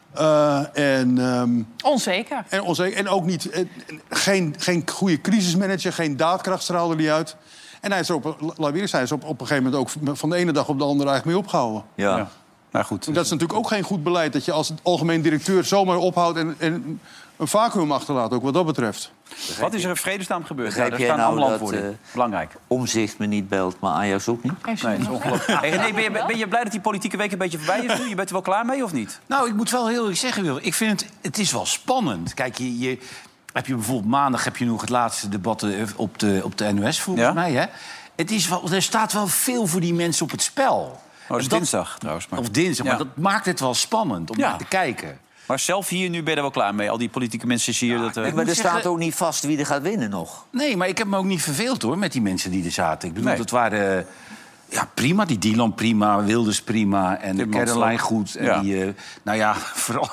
Onzeker. En ook niet, geen goede crisismanager, geen daadkracht straalde hij uit. En hij is er op een gegeven moment ook van de ene dag op de andere eigenlijk mee opgehouden. Ja. Nou goed. En dat is natuurlijk ook geen goed beleid, dat je als algemeen directeur zomaar ophoudt en een vacuüm achterlaat, ook wat dat betreft. Wat is er in vredesnaam gebeurd? Begrijp jij nou dat belangrijk. Omzicht me niet belt, maar Ajax ook niet? Nee, dat is ongelooflijk. Hey, René, ben je blij dat die politieke week een beetje voorbij is nu? Je bent er wel klaar mee of niet? Nou, ik moet wel heel eerlijk zeggen, Wil. Ik vind het is wel spannend. Kijk, heb je bijvoorbeeld maandag heb je nog het laatste debat op de NOS, volgens mij. Hè? Er staat wel veel voor die mensen op het spel. Dat is dinsdag trouwens. Of dinsdag, maar dat maakt het wel spannend om naar te kijken. Maar zelf hier, nu ben je er wel klaar mee. Al die politieke mensen hier. Maar er staat ook niet vast wie er gaat winnen nog. Nee, maar ik heb me ook niet verveeld, hoor, met die mensen die er zaten. Ik bedoel, dat waren... Ja, prima. Die Dylan prima, Wilders prima en de Caroline goed. En die, vooral...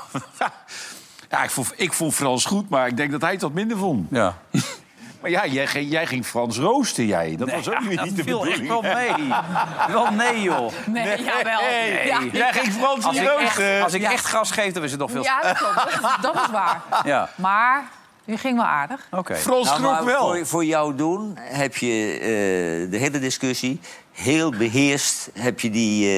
Ja, ik vond Frans goed, maar ik denk dat hij het wat minder vond. Ja. Maar ja, jij ging Frans roosten, jij. Dat was ook niet de bedoeling. Echt wel mee. Wel nee, joh. Nee, jawel. Nee. Ja. Jij ging Frans roosten. Als ik echt gas geef, dan is het nog veel... Ja, dat is waar. Ja. Maar je ging wel aardig. Okay. Frans schrok wel. Voor jou doen heb je de hele discussie heel beheerst heb je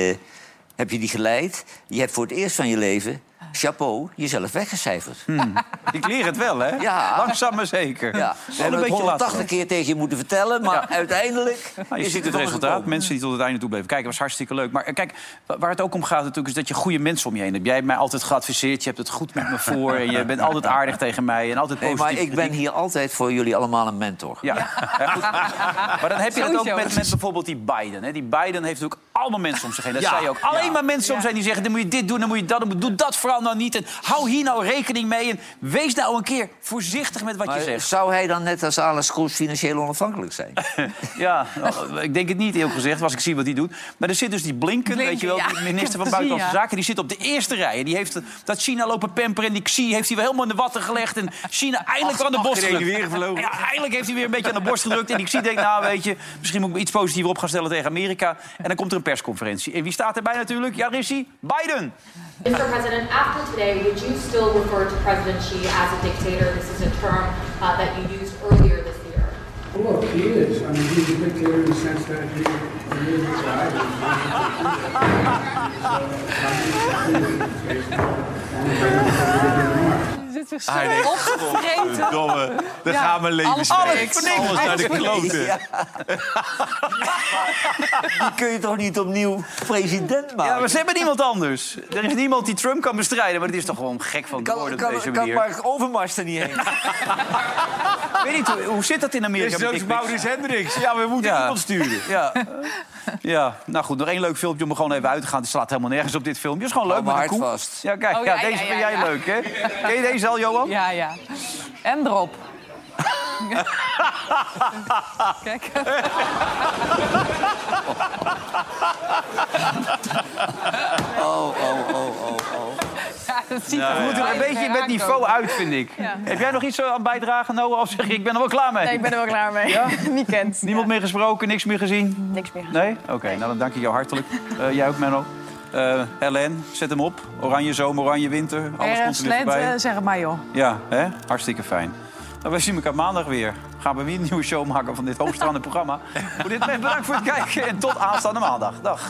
die geleid. Je hebt voor het eerst van je leven... chapeau, jezelf weggecijferd. Ik leer het wel, hè? Ja. Langzaam maar zeker. Ja. We hebben het 180 keer tegen je moeten vertellen, maar uiteindelijk... je ziet het resultaat. Mensen die tot het einde toe blijven kijken, was hartstikke leuk. Maar kijk, waar het ook om gaat natuurlijk... is dat je goede mensen om je heen hebt. Jij hebt mij altijd geadviseerd, je hebt het goed met me voor... en je bent altijd aardig tegen mij en altijd positief. Maar ik ben hier altijd voor jullie allemaal een mentor. Ja. Goed. Maar dan heb je het ook met bijvoorbeeld die Biden. Hè? Die Biden heeft natuurlijk allemaal mensen om zich heen. Dat zei je ook. Alleen maar mensen om zich heen die zeggen... dan moet je dit doen, dan moet je dat doen. Doe dat vooral nou niet. En hou hier nou rekening mee. En wees nou een keer voorzichtig met wat je zegt. Zou hij dan net als Alex Kroes financieel onafhankelijk zijn? Ja, ik denk het niet, eerlijk gezegd, als ik zie wat hij doet. Maar er zit dus die Blinken, weet je wel, de minister van Buitenlandse Zaken... die zit op de eerste rij. En die heeft dat China lopen pamperen en die Xi heeft hij wel helemaal in de watten gelegd. En China eindelijk aan de borst gedrukt. Ja, eindelijk heeft hij weer een beetje aan de borst gedrukt. En die Xi denkt, nou weet je, misschien moet ik me iets positiever op gaan stellen tegen Amerika. En dan komt er een persconferentie. En wie staat erbij natuurlijk? Ja, is hij? Biden! Mr. President, after today, would you still refer to President Xi as a dictator? This is a term that you used earlier this year. Well, look, he is. I mean, he's a dictator in the sense that he is a guy. Domme. Dan gaan we leven. Alles naar de kloten. Ja. Die kun je toch niet opnieuw president maken? Ja, maar ze hebben niemand anders. Er is niemand die Trump kan bestrijden. Maar het is toch gewoon gek van het worden op deze manier. Kan Mark Overmars er niet heen? Weet niet, hoe zit dat in Amerika? Dit is ook Maurits Hendricks. Ja, we moeten iemand sturen. Ja, nou goed, nog één leuk filmpje om er gewoon even uit te gaan. Het slaat helemaal nergens op dit filmpje. Het is gewoon leuk met een koe. Vast. Ja, kijk, deze vind jij leuk, hè? Ken je deze al, Johan? Ja. En erop. Kijk. Oh. Ja, dat ziet er We moeten er een beetje met niveau uit, vind ik. Ja. Heb jij nog iets aan bijdragen, Noah? Of zeg je, ik ben er wel klaar mee? Nee, ik ben er wel klaar mee. Ja? Weekend. Niemand meer gesproken, niks meer gezien? Niks meer gezien. Nee? Oké, nou dan dank ik jou hartelijk. Jij ook, Menno. Helene, zet hem op. Oranje zomer, oranje winter. Alles komt er weer voorbij. Zeg het maar, joh. Ja, hè? Hartstikke fijn. Nou, wij zien elkaar maandag weer. Gaan we weer een nieuwe show maken van dit hoogstaande programma. Voor dit moment bedankt voor het kijken en tot aanstaande maandag. Dag.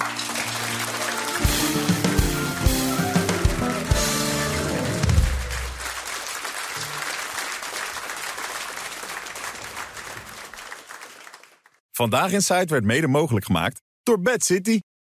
Vandaag in Site werd mede mogelijk gemaakt door Bad City.